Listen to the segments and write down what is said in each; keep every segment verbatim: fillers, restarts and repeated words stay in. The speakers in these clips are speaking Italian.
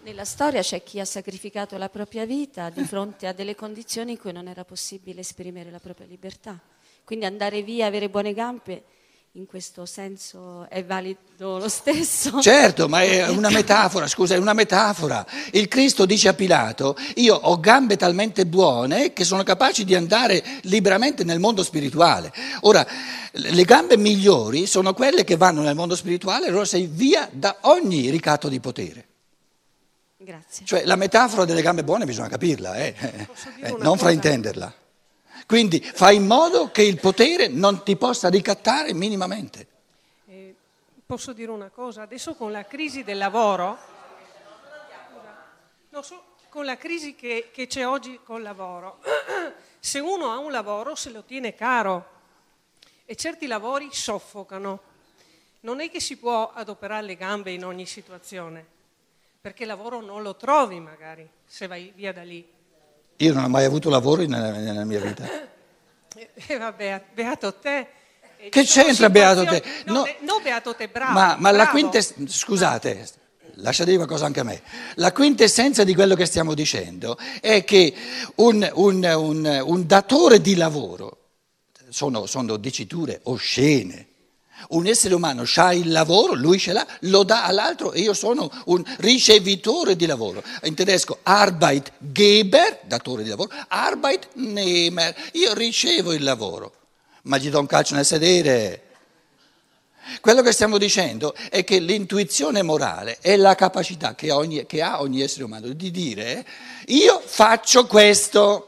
Nella storia c'è chi ha sacrificato la propria vita di fronte a delle condizioni in cui non era possibile esprimere la propria libertà. Quindi andare via, avere buone gambe, in questo senso è valido lo stesso. Certo, ma è una metafora, scusa, è una metafora. Il Cristo dice a Pilato: io ho gambe talmente buone che sono capaci di andare liberamente nel mondo spirituale. Ora, le gambe migliori sono quelle che vanno nel mondo spirituale, allora sei via da ogni ricatto di potere. Grazie. Cioè la metafora delle gambe buone bisogna capirla, eh? eh, non cosa? fraintenderla. Quindi fai in modo che il potere non ti possa ricattare minimamente. Eh, posso dire una cosa? Adesso con la crisi del lavoro, no, so, con la crisi che, che c'è oggi col lavoro, se uno ha un lavoro se lo tiene caro e certi lavori soffocano. Non è che si può adoperare le gambe in ogni situazione, perché lavoro non lo trovi magari se vai via da lì. Io non ho mai avuto lavoro nella, nella mia vita. E eh, vabbè, beato te. E che c'entra beato te? No, No, eh, no, beato te, bravo. Ma, ma bravo. la quintessenza, scusate, lascia dire qualcosa anche a me. La quintessenza di quello che stiamo dicendo è che un, un, un, un datore di lavoro, sono, sono diciture oscene. Un essere umano ha il lavoro, lui ce l'ha, lo dà all'altro e io sono un ricevitore di lavoro. In tedesco Arbeitgeber, datore di lavoro, Arbeitnehmer, io ricevo il lavoro, ma gli do un calcio nel sedere. Quello che stiamo dicendo è che l'intuizione morale è la capacità che, ogni, che ha ogni essere umano di dire: io faccio questo.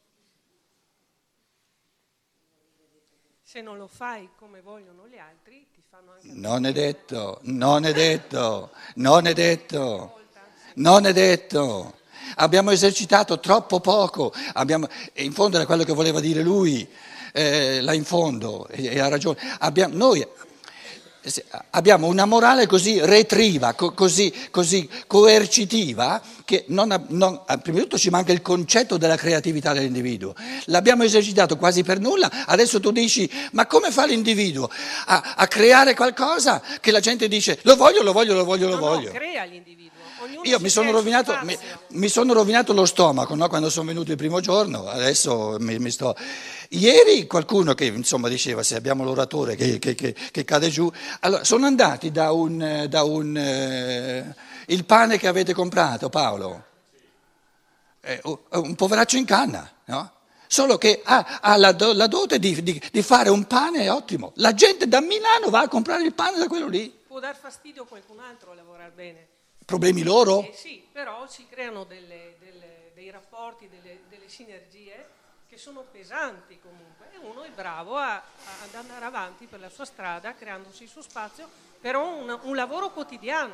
Se non lo fai come vogliono gli altri, ti fanno anche... Non è detto, non è detto, non è detto, non è detto. Abbiamo esercitato troppo poco, abbiamo, e in fondo era quello che voleva dire lui, eh, là in fondo, e, e ha ragione. Abbiamo, noi abbiamo una morale così retriva, co- così, così coercitiva, che non, non, prima di tutto ci manca il concetto della creatività dell'individuo. L'abbiamo esercitato quasi per nulla, adesso tu dici: ma come fa l'individuo a, a creare qualcosa che la gente dice lo voglio, lo voglio, lo voglio, lo no, voglio? No, crea l'individuo. Ognuno Io mi sono, rovinato, mi, mi sono rovinato lo stomaco, no? Quando sono venuto il primo giorno, adesso mi, mi sto... Ieri qualcuno che insomma diceva: se abbiamo l'oratore che, che, che, che cade giù, allora sono andati da un, da un eh, il pane che avete comprato, Paolo, eh, un poveraccio in canna, no? Solo che ha, ha la, la dote di, di, di fare un pane ottimo. La gente da Milano va a comprare il pane da quello lì. Può dar fastidio a qualcun altro a lavorare bene. Problemi loro? Eh sì, però si creano delle, delle, dei rapporti, delle, delle sinergie che sono pesanti comunque, e uno è bravo a, a, ad andare avanti per la sua strada creandosi il suo spazio, però un, un lavoro quotidiano.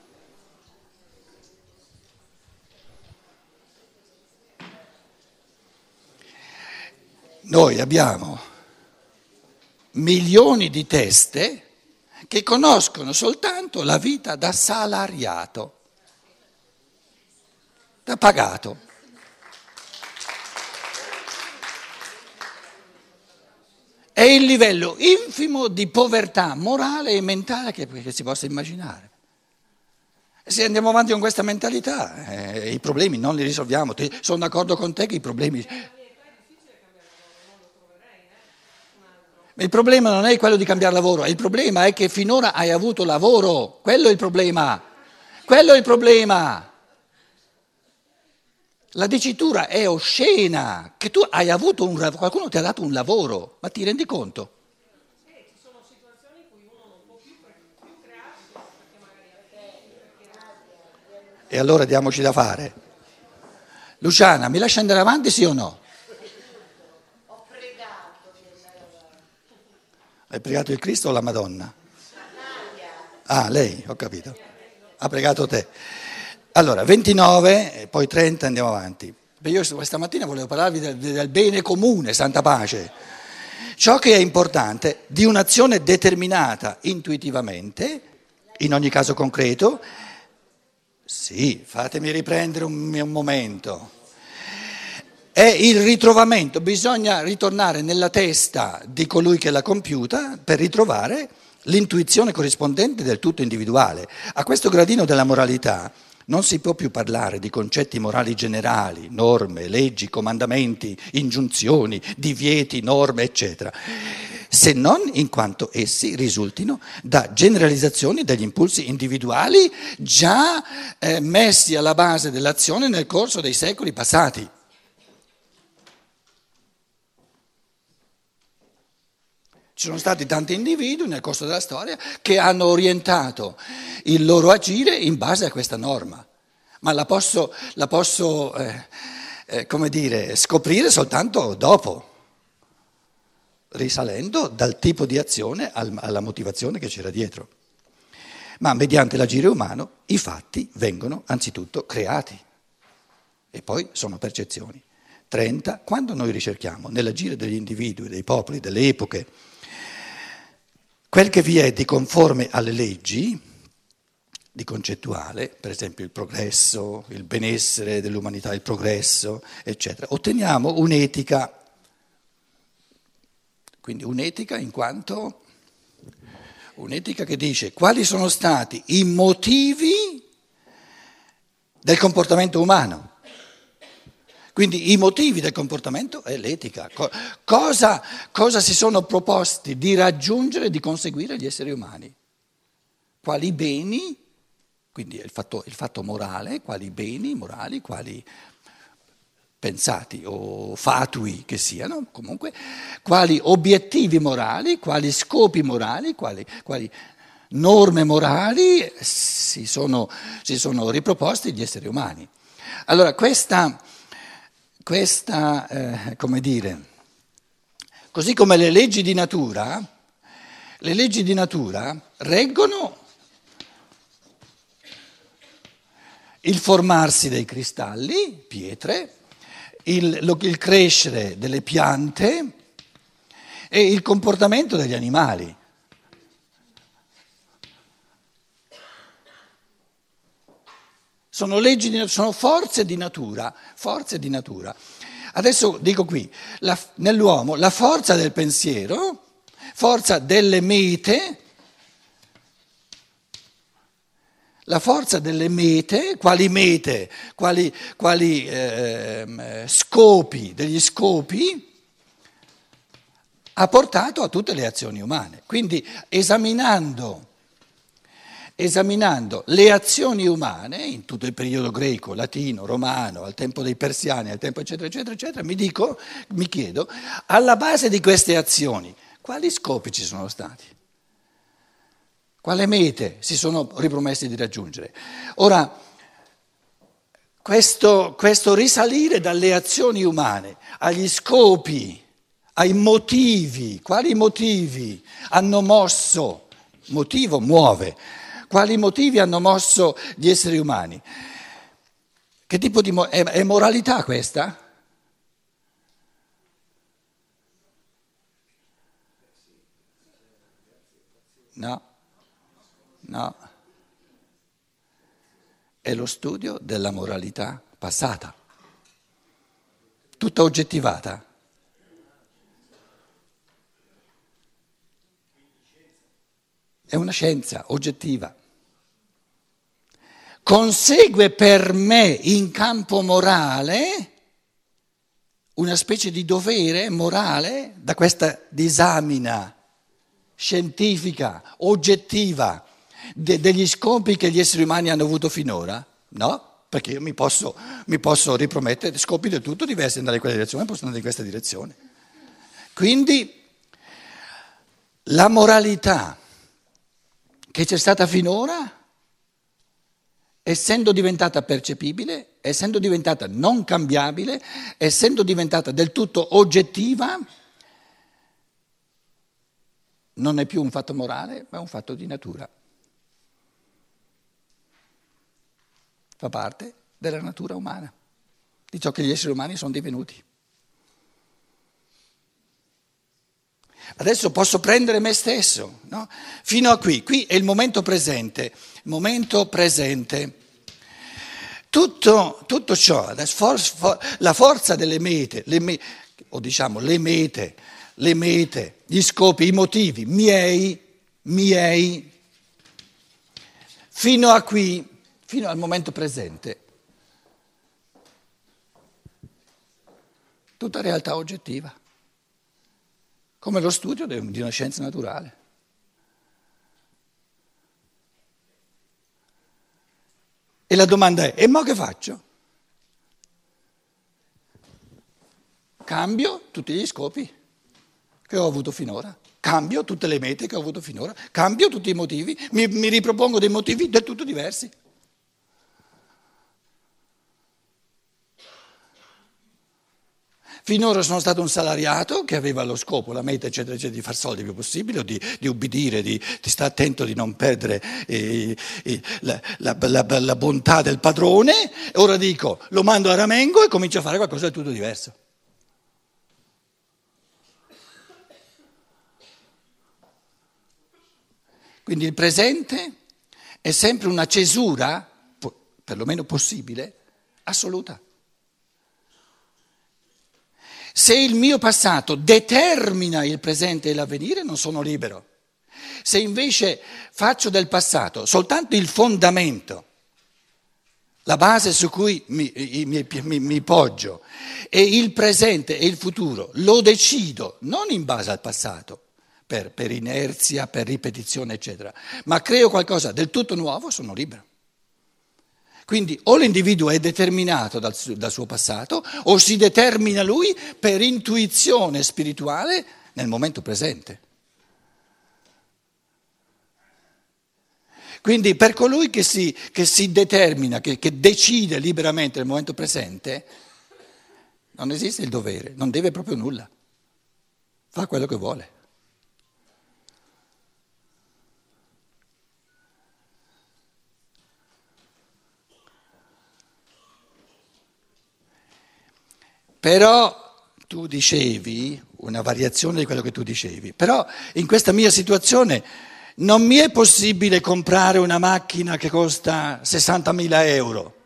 Noi abbiamo milioni di teste che conoscono soltanto la vita da salariato, da pagato. È il livello infimo di povertà morale e mentale che, che si possa immaginare. E se andiamo avanti con questa mentalità, eh, i problemi non li risolviamo. Ti, sono d'accordo con te che i problemi... Il problema non è quello di cambiare lavoro, il problema è che finora hai avuto lavoro, quello è il problema, quello è il problema. La dicitura è oscena, che tu hai avuto un lavoro, qualcuno ti ha dato un lavoro, ma ti rendi conto? Ci sono situazioni in cui uno non può più crearsi perché magari... E allora diamoci da fare. Luciana, mi lascia andare avanti, sì o no? Hai pregato il Cristo o la Madonna? Ah, lei, ho capito. Ha pregato te. Allora, ventinove, poi trenta, andiamo avanti. Io questa mattina volevo parlarvi del, del bene comune, santa pace. Ciò che è importante di un'azione determinata intuitivamente, in ogni caso concreto, sì, fatemi riprendere un, un momento. È il ritrovamento, bisogna ritornare nella testa di colui che l'ha compiuta per ritrovare l'intuizione corrispondente del tutto individuale. A questo gradino della moralità Non si può più parlare di concetti morali generali, norme, leggi, comandamenti, ingiunzioni, divieti, norme, eccetera, se non in quanto essi risultino da generalizzazioni degli impulsi individuali già eh, messi alla base dell'azione nel corso dei secoli passati. Ci sono stati tanti individui nel corso della storia che hanno orientato il loro agire in base a questa norma, ma la posso, la posso eh, eh, come dire, scoprire soltanto dopo, risalendo dal tipo di azione al, alla motivazione che c'era dietro. Ma mediante l'agire umano i fatti vengono anzitutto creati e poi sono percezioni. trenta, quando noi ricerchiamo nell'agire degli individui, dei popoli, delle epoche, quel che vi è di conforme alle leggi, di concettuale, per esempio il progresso, il benessere dell'umanità, il progresso, eccetera, otteniamo un'etica. Quindi un'etica in quanto un'etica che dice quali sono stati i motivi del comportamento umano. Quindi i motivi del comportamento è l'etica. Cosa, cosa si sono proposti di raggiungere e di conseguire gli esseri umani? Quali beni, quindi il fatto, il fatto morale, quali beni morali, quali pensati o fatui che siano, comunque, quali obiettivi morali, quali scopi morali, quali, quali norme morali si sono, si sono riproposti gli esseri umani. Allora questa... Questa, eh, come dire, così come le leggi di natura, le leggi di natura reggono il formarsi dei cristalli, pietre, il, lo, il crescere delle piante e il comportamento degli animali. Sono leggi di, sono forze di natura, forze di natura. Adesso dico qui, la, nell'uomo la forza del pensiero, forza delle mete, la forza delle mete, quali mete, quali, quali eh, scopi, degli scopi, ha portato a tutte le azioni umane. Quindi esaminando... Esaminando le azioni umane in tutto il periodo greco, latino, romano, al tempo dei persiani, al tempo eccetera, eccetera, eccetera, mi dico, mi chiedo, alla base di queste azioni, quali scopi ci sono stati? Quale mete si sono ripromessi di raggiungere? Ora, questo, questo risalire dalle azioni umane agli scopi, ai motivi, quali motivi hanno mosso, motivo muove, quali motivi hanno mosso gli esseri umani? Che tipo di mo- è, è moralità questa? No, no. È lo studio della moralità passata, tutta oggettivata. È una scienza oggettiva. Consegue per me in campo morale una specie di dovere morale da questa disamina scientifica, oggettiva, de- degli scopi che gli esseri umani hanno avuto finora? No, perché io mi posso, mi posso ripromettere scopi del tutto diversi, andare in quella direzione, posso andare in questa direzione. Quindi la moralità che c'è stata finora, essendo diventata percepibile, essendo diventata non cambiabile, essendo diventata del tutto oggettiva, non è più un fatto morale, ma è un fatto di natura. Fa parte della natura umana, di ciò che gli esseri umani sono divenuti. Adesso posso prendere me stesso, no? Fino a qui, qui è il momento presente, momento presente. Tutto, tutto ciò, for, for, la forza delle mete, le me, o diciamo le mete, le mete, gli scopi, i motivi miei, miei, fino a qui fino al momento presente, tutta realtà oggettiva, come lo studio di una scienza naturale. E la domanda è, e mo che faccio? Cambio tutti gli scopi che ho avuto finora, cambio tutte le mete che ho avuto finora, cambio tutti i motivi, mi, mi ripropongo dei motivi del tutto diversi. Finora sono stato un salariato che aveva lo scopo, la meta, eccetera, eccetera, di far soldi il più possibile, di, di ubbidire, di, di stare attento di non perdere eh, eh, la, la, la, la bontà del padrone. Ora dico, lo mando a ramengo e comincio a fare qualcosa di tutto diverso. Quindi il presente è sempre una cesura, perlomeno possibile, assoluta. Se il mio passato determina il presente e l'avvenire, non sono libero. Se invece faccio del passato soltanto il fondamento, la base su cui mi, mi, mi, mi poggio, e il presente e il futuro lo decido non in base al passato, per, per inerzia, per ripetizione, eccetera, ma creo qualcosa del tutto nuovo, sono libero. Quindi o l'individuo è determinato dal, dal suo passato o si determina lui per intuizione spirituale nel momento presente. Quindi per colui che si, che si determina, che, che decide liberamente nel momento presente, non esiste il dovere, non deve proprio nulla, fa quello che vuole. Però tu dicevi, una variazione di quello che tu dicevi, però in questa mia situazione non mi è possibile comprare una macchina che costa sessantamila euro.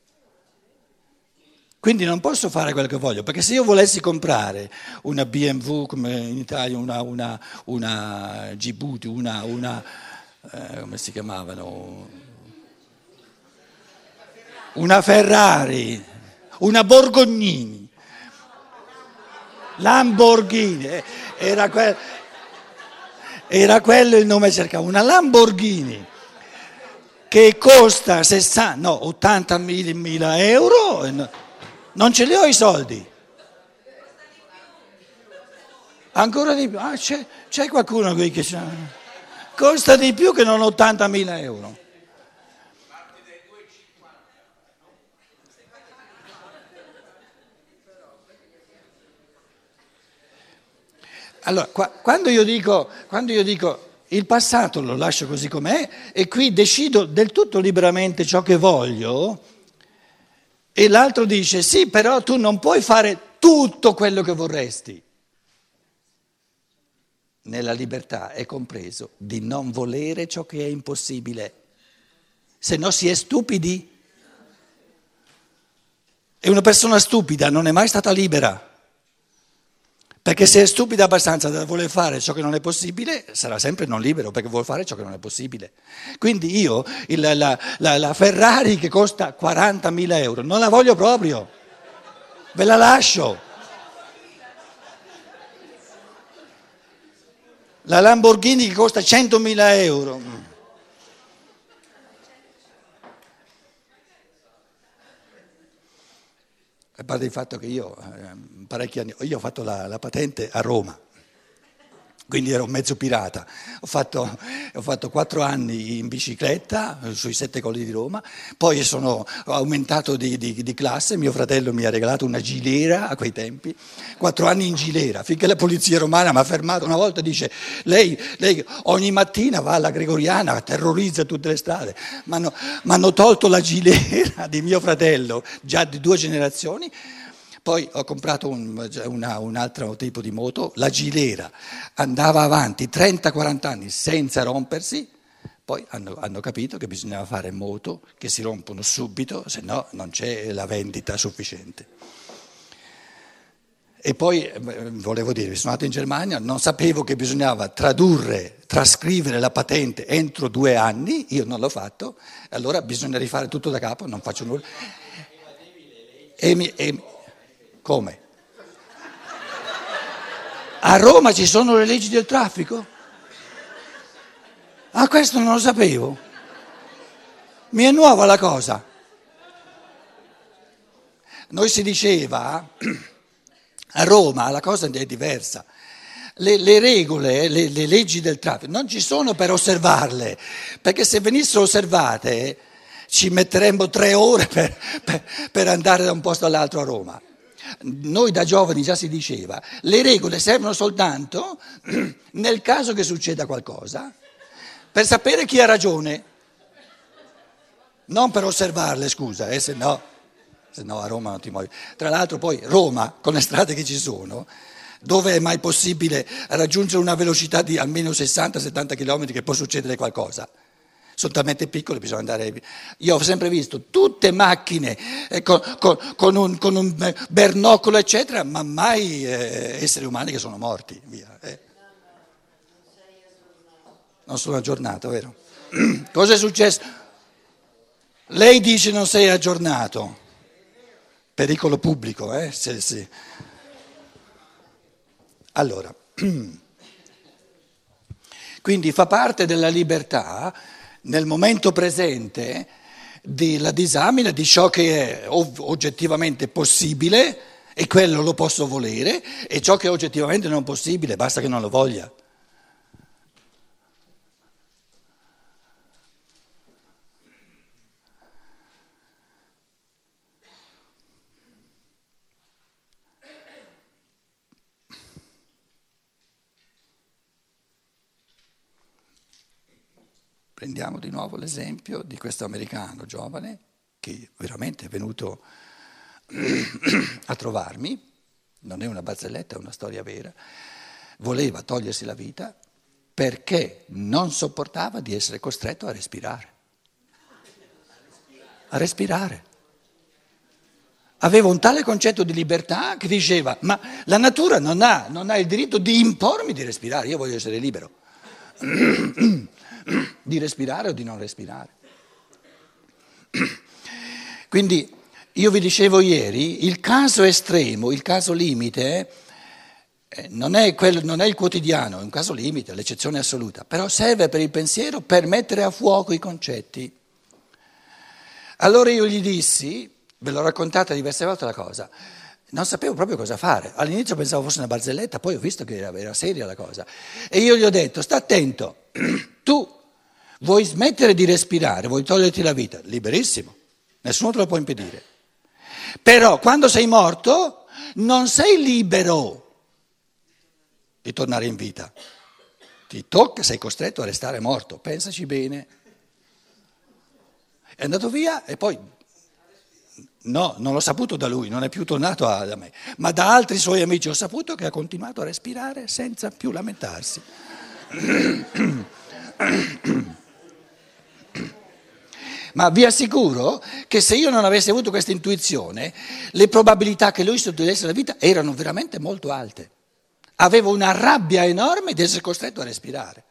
Quindi non posso fare quello che voglio, perché se io volessi comprare una B M W, come in Italia, una, una, una Gibuti, una, una eh, come si chiamavano? Una Ferrari, una Borgognini. Lamborghini, era, que- era quello il nome che cercavo, una Lamborghini che costa sessanta, no, ottantamila euro, non ce li ho i soldi. Ancora di più, ah, c'è, c'è qualcuno qui che c'ha, costa di più che non ottantamila euro. Allora, qua, quando, io dico, quando io dico il passato lo lascio così com'è e qui decido del tutto liberamente ciò che voglio, e l'altro dice sì, però tu non puoi fare tutto quello che vorresti. Nella libertà è compreso di non volere ciò che è impossibile, se no si è stupidi. E una persona stupida non è mai stata libera. Perché se è stupida abbastanza da voler fare ciò che non è possibile, sarà sempre non libero, perché vuole fare ciò che non è possibile. Quindi io il, la, la, la Ferrari che costa quarantamila euro non la voglio proprio, ve la lascio. La Lamborghini che costa centomila euro. A parte il fatto che io, eh, parecchi anni, io ho fatto la, la patente a Roma, quindi ero mezzo pirata. Ho fatto, ho fatto quattro anni in bicicletta sui sette colli di Roma, poi sono ho aumentato di, di, di classe, mio fratello mi ha regalato una gilera a quei tempi, quattro anni in gilera, finché la polizia romana mi ha fermato una volta e dice lei, lei ogni mattina va alla Gregoriana, terrorizza tutte le strade, mi hanno tolto la gilera di mio fratello, già di due generazioni. Poi ho comprato un, una, un altro tipo di moto, la gilera, andava avanti trenta quaranta anni senza rompersi, poi hanno, hanno capito che bisognava fare moto che si rompono subito, se no non c'è la vendita sufficiente. E poi eh, volevo dire, sono andato in Germania, non sapevo che bisognava tradurre, trascrivere la patente entro due anni, io non l'ho fatto, allora bisogna rifare tutto da capo, non faccio nulla. E mi, e, come? A Roma ci sono le leggi del traffico? Ah, questo non lo sapevo. Mi è nuova la cosa. Noi si diceva, a Roma la cosa è diversa. Le, le regole, le, le leggi del traffico non ci sono per osservarle, perché se venissero osservate ci metteremmo tre ore per, per, per andare da un posto all'altro a Roma. Noi da giovani già si diceva, le regole servono soltanto nel caso che succeda qualcosa, per sapere chi ha ragione, non per osservarle, scusa, eh, se no, se no a Roma non ti muovi. Tra l'altro poi Roma, con le strade che ci sono, dove è mai possibile raggiungere una velocità di almeno sessanta settanta chilometri che può succedere qualcosa? Sono talmente piccole, bisogna andare. Io ho sempre visto tutte macchine eh, con, con, con, un, con un bernocolo, eccetera, ma mai eh, esseri umani che sono morti. Via, eh. Non sono aggiornato, vero? Cosa è successo? Lei dice non sei aggiornato. Pericolo pubblico, eh? Sì, sì. Allora, quindi fa parte della libertà nel momento presente della disamina di ciò che è oggettivamente possibile e quello lo posso volere e ciò che è oggettivamente non possibile, basta che non lo voglia. Prendiamo di nuovo l'esempio di questo americano giovane che veramente è venuto a trovarmi, non è una barzelletta, è una storia vera, voleva togliersi la vita perché non sopportava di essere costretto a respirare. A respirare. Aveva un tale concetto di libertà che diceva, ma la natura non ha, non ha il diritto di impormi di respirare, io voglio essere libero. Di respirare o di non respirare. Quindi io vi dicevo ieri, il caso estremo, il caso limite, eh, non è, quello, non è il quotidiano, è un caso limite, l'eccezione assoluta, però serve per il pensiero per mettere a fuoco i concetti. Allora io gli dissi, ve l'ho raccontata diverse volte la cosa, non sapevo proprio cosa fare, all'inizio pensavo fosse una barzelletta, poi ho visto che era, era seria la cosa e io gli ho detto, sta attento, tu vuoi smettere di respirare, vuoi toglierti la vita, liberissimo, nessuno te lo può impedire, però quando sei morto non sei libero di tornare in vita, ti tocca, sei costretto a restare morto, pensaci bene. È andato via e poi... No, non l'ho saputo da lui, non è più tornato a, da me, ma da altri suoi amici ho saputo che ha continuato a respirare senza più lamentarsi. Ma vi assicuro che se io non avessi avuto questa intuizione, le probabilità che lui si togliesse la vita erano veramente molto alte. Avevo una rabbia enorme di essere costretto a respirare.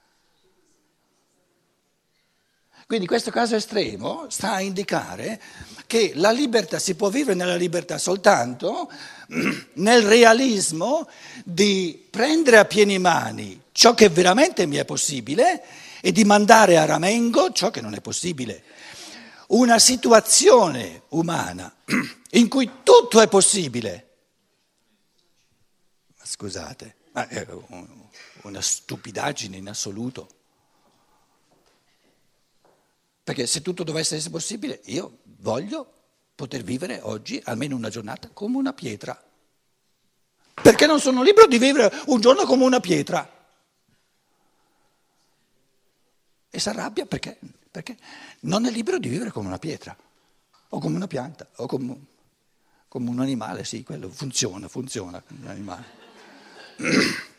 Quindi questo caso estremo sta a indicare che la libertà si può vivere nella libertà soltanto nel realismo di prendere a pieni mani ciò che veramente mi è possibile e di mandare a ramengo ciò che non è possibile. Una situazione umana in cui tutto è possibile. Ma scusate, ma è una stupidaggine in assoluto. Perché se tutto dovesse essere possibile, io voglio poter vivere oggi almeno una giornata come una pietra. Perché non sono libero di vivere un giorno come una pietra? E si arrabbia perché? Perché non è libero di vivere come una pietra, o come una pianta, o come, come un animale, sì, quello funziona, funziona, un animale.